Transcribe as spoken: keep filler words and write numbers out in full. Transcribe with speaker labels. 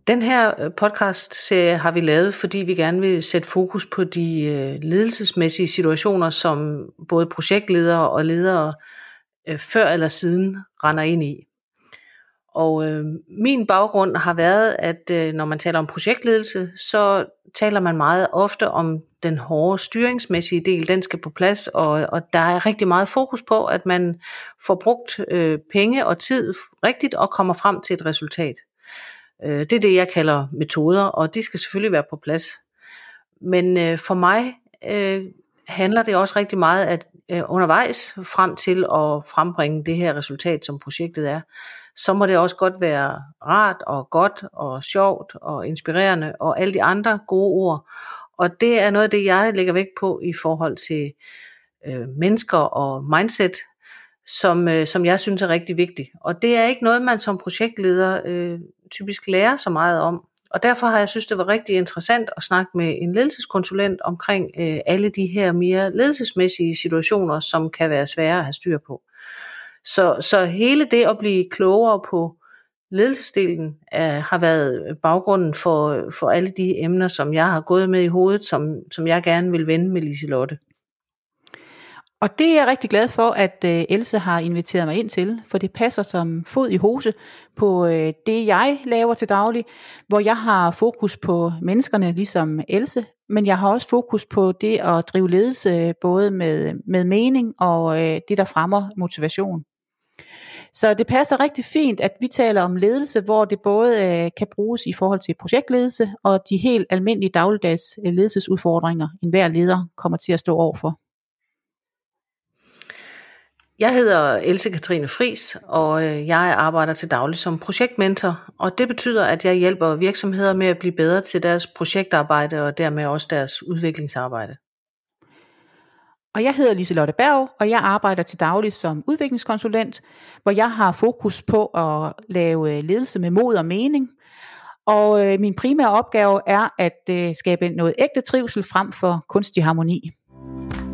Speaker 1: Den her podcast-serie har vi lavet, fordi vi gerne vil sætte fokus på de ledelsesmæssige situationer, som både projektledere og ledere før eller siden render ind i. Og øh, min baggrund har været, at øh, når man taler om projektledelse, så taler man meget ofte om den hårde styringsmæssige del, den skal på plads, og, og der er rigtig meget fokus på, at man får brugt øh, penge og tid rigtigt og kommer frem til et resultat. Øh, det er det, jeg kalder metoder, og de skal selvfølgelig være på plads. Men øh, for mig øh, handler det også rigtig meget at øh, undervejs frem til at frembringe det her resultat, som projektet er, så må det også godt være rart og godt og sjovt og inspirerende og alle de andre gode ord. Og det er noget af det, jeg lægger vægt på i forhold til øh, mennesker og mindset, som, øh, som jeg synes er rigtig vigtigt. Og det er ikke noget, man som projektleder øh, typisk lærer så meget om. Og derfor har jeg synes, det var rigtig interessant at snakke med en ledelseskonsulent omkring øh, alle de her mere ledelsesmæssige situationer, som kan være svære at have styr på. Så, så hele det at blive klogere på ledelsesdelen er, har været baggrunden for, for alle de emner, som jeg har gået med i hovedet, som, som jeg gerne vil vende med Liselotte.
Speaker 2: Og det er jeg rigtig glad for, at uh, Else har inviteret mig ind til, for det passer som fod i hose på uh, det, jeg laver til daglig, hvor jeg har fokus på menneskerne, ligesom Else, men jeg har også fokus på det at drive ledelse, både med, med mening og uh, det, der fremmer motivation. Så det passer rigtig fint, at vi taler om ledelse, hvor det både øh, kan bruges i forhold til projektledelse og de helt almindelige dagligdags ledelsesudfordringer, enhver leder kommer til at stå overfor.
Speaker 1: Jeg hedder Else Katrine Friis, og jeg arbejder til daglig som projektmentor, og det betyder, at jeg hjælper virksomheder med at blive bedre til deres projektarbejde og dermed også deres udviklingsarbejde.
Speaker 2: Og jeg hedder Liselotte Berg, og jeg arbejder til daglig som udviklingskonsulent, hvor jeg har fokus på at lave ledelse med mod og mening. Og øh, min primære opgave er at øh, skabe noget ægte trivsel frem for kunstig harmoni.